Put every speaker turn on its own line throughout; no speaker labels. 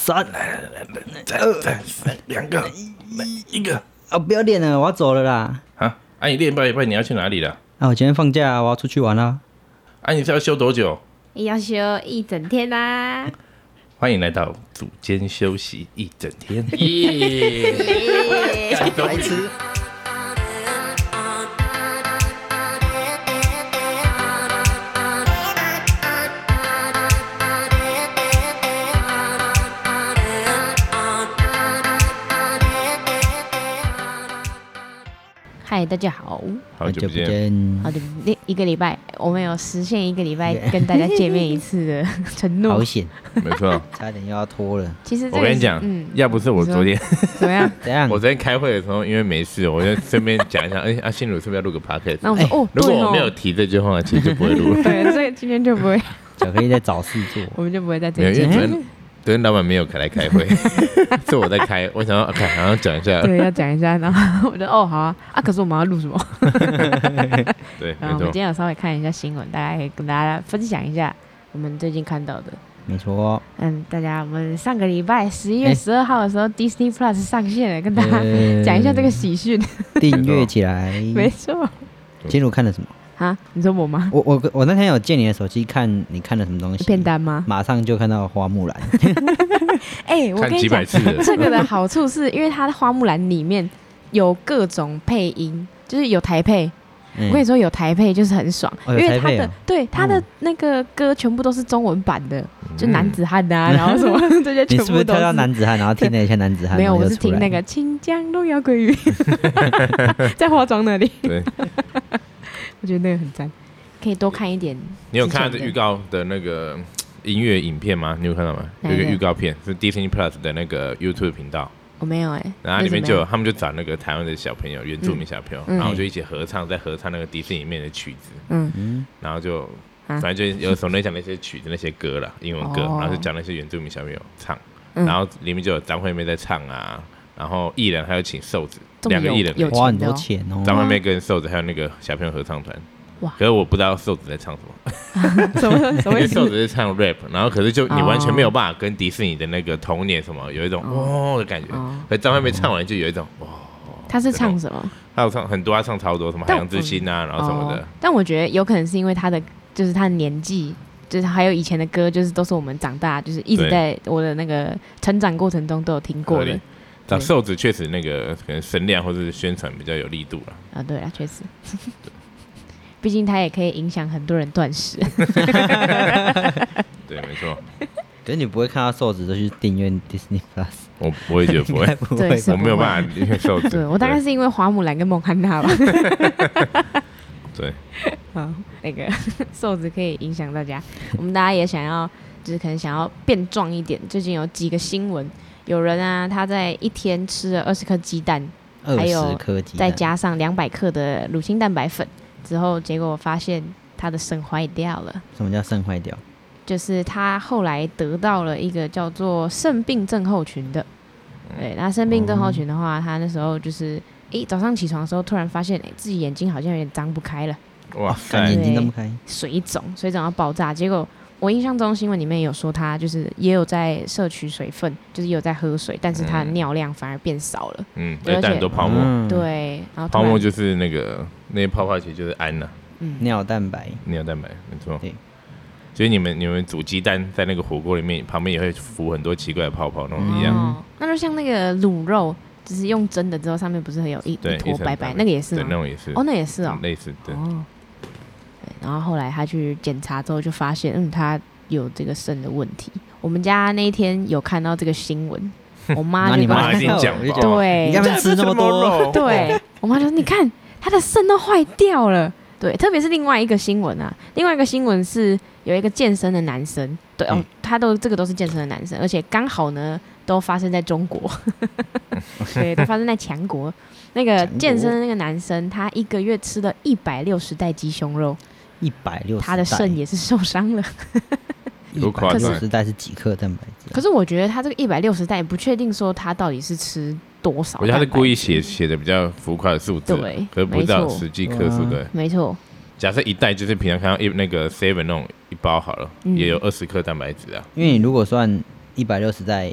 3、2、2个、1个。
不要练了，我要走了啦。
你练半一半你要去哪里了？
我今天放假，我要出去玩啦。
你是要休多久？
要休1整天啦。
欢迎来到组间休息1整天。
白痴。
嗨，大家好，
好久不见，
好久不见，一个礼拜，我们有实现1个礼拜跟大家见面一次的承诺，
好险，
没错，
差点又要拖了。
其实
我跟你讲，要不是我昨天
怎么样？
怎样？
我昨天开会的时候，因为没事，我就顺便讲一下，信如是不是要录个 podcast？
那我说
如果我没有提这句话，其实就不会录了。
对，所以今天就不会，
巧克力在找事做，
我们就不会在这里
因为昨天老板没有来开会，是我在开。我想要好像讲一下，
对，要讲一下。然后我就好啊，可是我们要录什么？
对，
然后我们今天有稍微看一下新闻，大概可以跟大家分享一下我们最近看到的。
没错。
大家，我们上个礼拜11月12号的时候，Disney Plus 上线了，跟大家讲一下这个喜讯，
订阅起来。
没错。
金如看了什么？
你说我吗？
我那天有借你的手机看，你看了什么东西？
片单吗？
马上就看到花木兰。
我跟你讲，这个的好处是因为它的花木兰里面有各种配音，就是有台配。我跟你说，有台配就是很爽，因为它的那个歌全部都是中文版的，就男子汉啊，然后什么这些全部都是。
你是不是跳到男子汉，然后听了一下男子汉？
没有，我是听那个清江龙摇鬼语，在化妆那里。
对。
我觉得那个很赞，可以多看一点。
你有看预告的那个音乐影片吗？你有看到吗？有一个预告片是 Disney Plus 的那个 YouTube 频道。
我没有
然后里面他们就找那个台湾的小朋友，原住民小朋友，然后就一起合唱，在合唱那个迪士尼里面的曲子。然后就反正就有时候讲那些曲子、那些歌啦，英文歌，然后就讲那些原住民小朋友唱，然后里面就有张惠妹在唱啊，然后艺人还有请瘦子，2个艺人
花很多钱哦。
张惠妹跟瘦子还有那个小朋友合唱团。哇！可是我不知道瘦子在唱什么，
什么意思？
瘦子是唱 rap， 然后可是就你完全没有办法跟迪士尼的那个童年什么有一种的感觉。可是张惠妹唱完就有一种
他是唱什么？
他有唱很多，他唱超多，什么海洋之心啊，然后什么的。
但我觉得有可能是因为他的年纪，就是还有以前的歌，就是都是我们长大，就是一直在我的那个成长过程中都有听过的。
找瘦子确实那个可能声量或者是宣传比较有力度了。
对啊，确实。毕竟它也可以影响很多人断食。
对，没错。
可是你不会看到瘦子就去订阅 Disney Plus？
我也觉得不会，我没有办法订阅瘦子。
对，我大概是因为花木兰跟孟汉娜吧。
对。
好，那个瘦子可以影响大家。我们大家也想要，就是可能想要变壮一点。最近有几个新闻，有人啊，他在一天吃了20颗鸡蛋，还有再加上200克的乳清蛋白粉。之后，结果发现他的肾坏掉了。
什么叫肾坏掉？
就是他后来得到了一个叫做肾病症候群的。对，那肾病症候群的话，他那时候就是早上起床的时候，突然发现自己眼睛好像有点张不开了。
哇塞，
眼睛张不开，
水肿要爆炸。结果我印象中新闻里面有说他就是也有在摄取水分，就是也有在喝水，但是他的尿量反而变少了。
而且很多泡沫。
对，然后
泡沫就是那些泡泡其实就是氨呐，
尿蛋白，
没错。对，所以你们煮鸡蛋在那个火锅里面，旁边也会浮很多奇怪的泡泡，那种一样。
那就像那个卤肉，就是用蒸的之后，上面不是会有一坨白白，那个也是吗？
对，那种也是。
那也是
类似对。
然后后来他去检查之后，就发现他有这个肾的问题。我们家那一天有看到这个新闻，我妈就跟我
讲，
对，
你干嘛吃那么多？
对，我妈说你看他的肾都坏掉了。对，特别是另外一个新闻啊，另外一个新闻是有一个健身的男生，对这个都是健身的男生，而且刚好呢都发生在中国，对，都发生在强国。那个健身的那个男生，他1个月吃了160袋鸡胸肉。
160，
他的肾也是受伤了。
160袋是几克蛋白质？
可是我觉得他这个160袋不确定说他到底是吃多少。
我觉得他是故意写的比较浮夸的数字，
对，
可是不知道实际克数。对，
没错。
假设一袋就是平常看到那个 7 那种一包好了，也有20克蛋白质啊。
因为你如果算160袋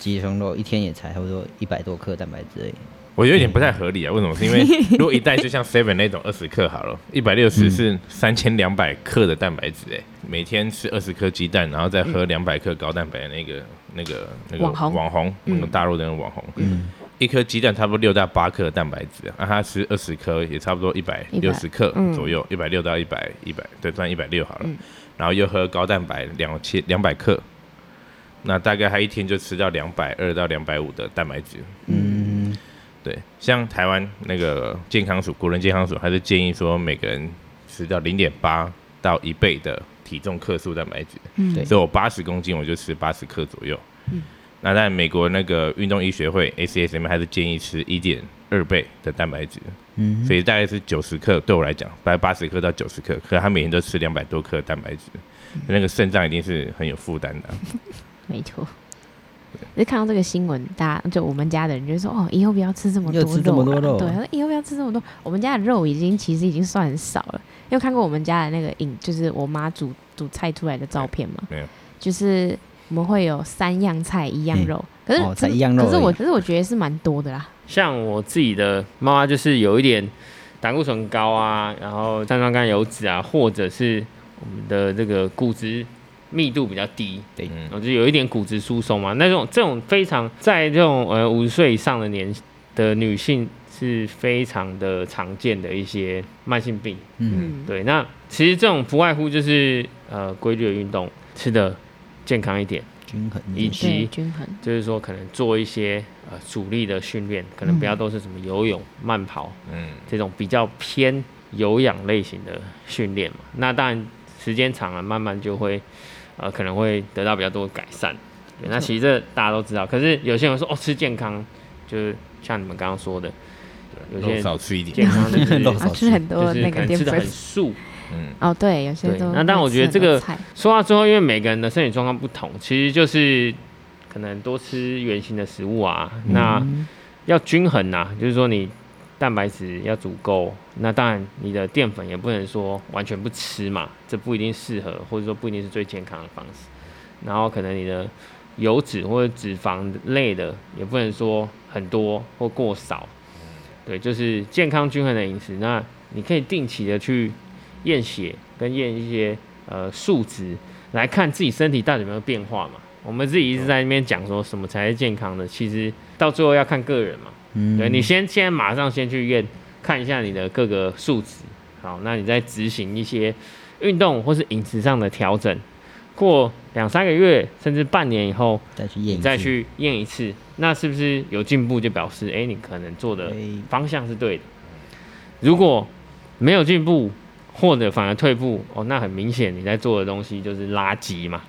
鸡胸肉一天也才差不多100多克蛋白质而已。
我有点不太合理啊，为什么？是因为如果一袋就像 Seven 那种20克好了，160是3200克的蛋白质每天吃20颗鸡蛋，然后再喝200克高蛋白的那个网红，那个大陆的那个网红，一颗鸡蛋差不多6到8克的蛋白质啊，他吃20颗也差不多160克左右，160到100，对，算160好了，然后又喝高蛋白200克，那大概他一天就吃到220到250的蛋白质，对，像台湾那个健康署，国人健康署，还是建议说每个人吃到0.8到1倍的体重克数蛋白质。所以我80公斤我就吃80克左右。那在美国那个运动医学会 ACSM 还是建议吃1.2倍的蛋白质。所以大概是90克，对我来讲，大概80克到90克，可是他每天都吃200多克的蛋白质，那个肾脏一定是很有负担的。
没错。就看到这个新闻，大家就我们家的人就说：“哦，以后不要吃这么多肉。”
吃这么多肉。
对，他说以后不要吃这么多。我们家的肉其实已经算很少了。因为看过我们家的那个就是我妈煮菜出来的照片嘛，
没有，
就是我们会有3样菜1样肉，可是
才1样肉，
可是我觉得是蛮多的啦。
像我自己的妈妈就是有一点胆固醇高啊，然后三酸甘油脂啊，或者是我们的这个骨质密度比较低，对，然后就有一点骨质疏松嘛。那这种非常在这种50岁以上的女性是非常的常见的一些慢性病。对。那其实这种不外乎就是规律的运动，吃的健康一点，
均衡，
以及就是说可能做一些阻力的训练，可能不要都是什么游泳、慢跑，这种比较偏有氧类型的训练嘛。那当然时间长了，慢慢就会可能会得到比较多的改善。对，那其实这大家都知道，可是有些人说吃健康，就是像你们刚刚说的，有些人
少吃一点，
健康就是
吃很多那个淀粉，
吃的很素。
对，有些都。
那但我觉得这个说到最后，因为每个人的身体状况不同，其实就是可能多吃原型的食物啊，那要均衡啊，就是说你蛋白质要足够，那当然你的淀粉也不能说完全不吃嘛，这不一定适合，或者说不一定是最健康的方式。然后可能你的油脂或者脂肪类的也不能说很多或过少，对，就是健康均衡的饮食。那你可以定期的去验血跟验一些数值，来看自己身体到底有没有变化嘛。我们自己一直在那边讲说什么才是健康的，其实到最后要看个人嘛。对，你现在马上先去验看一下你的各个数值，好，那你再执行一些运动或是饮食上的调整，过2-3个月甚至半年以后再去验一次，那是不是有进步就表示你可能做的方向是对的。如果没有进步或者反而退步，那很明显你在做的东西就是垃圾嘛。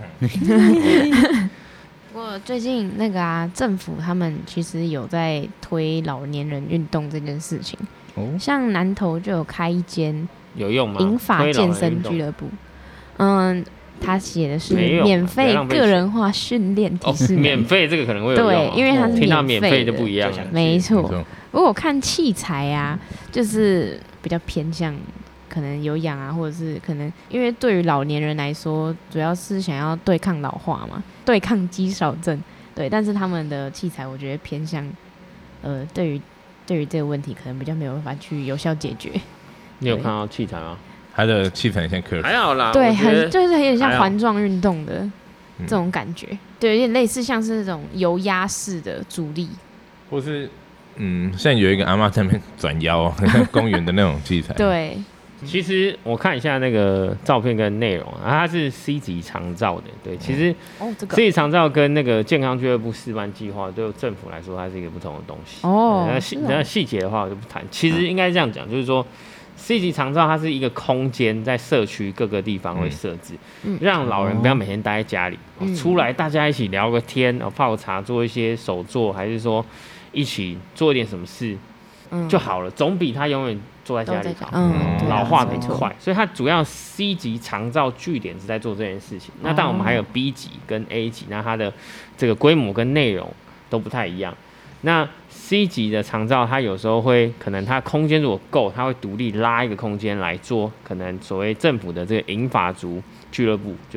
不过最近那个政府他们其实有在推老年人运动这件事情，像南投就有开一间
有用吗？
银发健身俱乐部，他写的是免费个人化训练体适能，
免费这个可能会有用，
对，因为它是
听到免费就不一样了，
没错。不过我看器材啊，就是比较偏向可能有氧啊，或者是可能因为对于老年人来说，主要是想要对抗老化嘛，对抗肌少症，对。但是他们的器材我觉得偏向，对于这个问题可能比较没有办法去有效解决。
你有看到器材吗？
他的器材很像科，
还好啦，
对，就是有点像环状运动的这种感觉，对，有点类似像是那种油压式的阻力，
或是像有一个阿嬷在那边转腰，很像公园的那种器材。
对，
其实我看一下那个照片跟内容它是 C 级长照的，对，其实 C 级长照跟那个健康俱乐部示范计划，对政府来说它是一个不同的东西。那细节的话我就不谈，其实应该这样讲，就是说。C 级长照它是一个空间，在社区各个地方会设置，让老人不要每天待在家里，出来大家一起聊个天，泡个茶，做一些手作，还是说一起做一点什么事就好了，总比他永远坐在家里好。老化得很快，所以它主要 C 级长照据点是在做这件事情。那当然我们还有 B 级跟 A 级，那它的这个规模跟内容都不太一样。那 C 级的长照，它有时候会可能它空间如果够，它会独立拉一个空间来做，可能所谓政府的这个银发族俱乐部，就是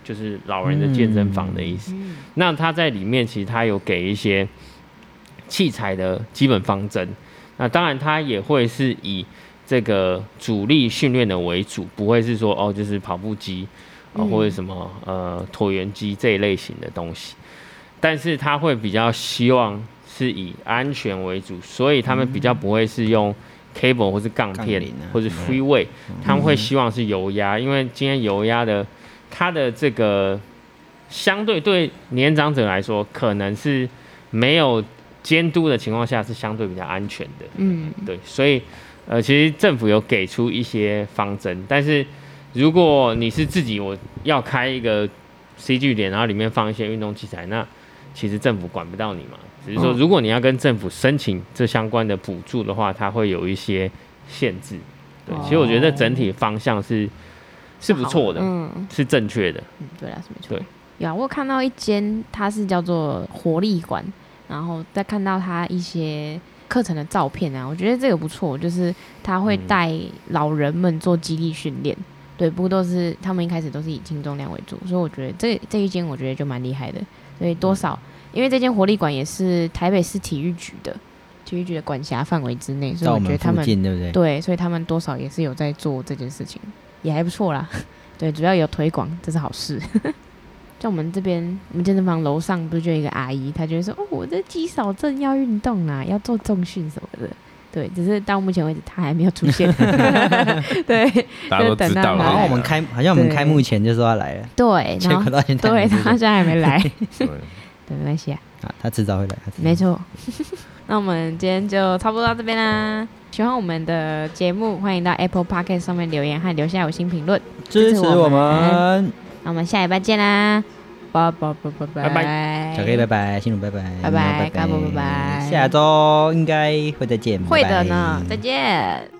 就是老人的健身房的意思。那它在里面其实它有给一些器材的基本方针，那当然它也会是以这个主力训练的为主，不会是说就是跑步机或者什么椭圆机这一类型的东西，但是它会比较希望是以安全为主，所以他们比较不会是用 cable 或是杠片或是 free weight，他们会希望是油压，因为今天油压的它的这个相对对年长者来说，可能是没有监督的情况下是相对比较安全的。对，所以其实政府有给出一些方针，但是如果你是自己我要开一个 C 据点，然后里面放一些运动器材，那其实政府管不到你嘛。只是说，如果你要跟政府申请这相关的补助的话，它会有一些限制。对，其实我觉得整体方向是不错的，是正确的。
对啊，是没错。对，有啊，我有看到一间，它是叫做活力馆，然后再看到它一些课程的照片啊，我觉得这个不错，就是他会带老人们做肌力训练。对，不过都是他们一开始都是以轻重量为主，所以我觉得这一间我觉得就蛮厉害的。所以多少，因为这间活力馆也是台北市体育局的管辖范围之内，所以我觉得他们
对不对？
对，所以他们多少也是有在做这件事情，也还不错啦。对，主要有推广，这是好事。像我们这边，我们健身房楼上不是就有一个阿姨，她就会说：“我这肌少症要运动啦，要做重训什么的。”对，只是到目前为止她还没有出现。对，
大家都知道了。
然后好像我们开幕前就说要来了。
对，
结果到现在，
对，他现在还没来。对，没关系啊。
他迟早会来。
没错。那我们今天就差不多到这边啦。喜欢我们的节目，欢迎到 Apple Podcast 上面留言和留下5星评论，
支持我们。
那我们下礼拜见啦，拜
拜，小 K 拜拜，新鲁拜拜，
拜拜，嘎波拜拜，
下周应该会再见，
会的呢，再见。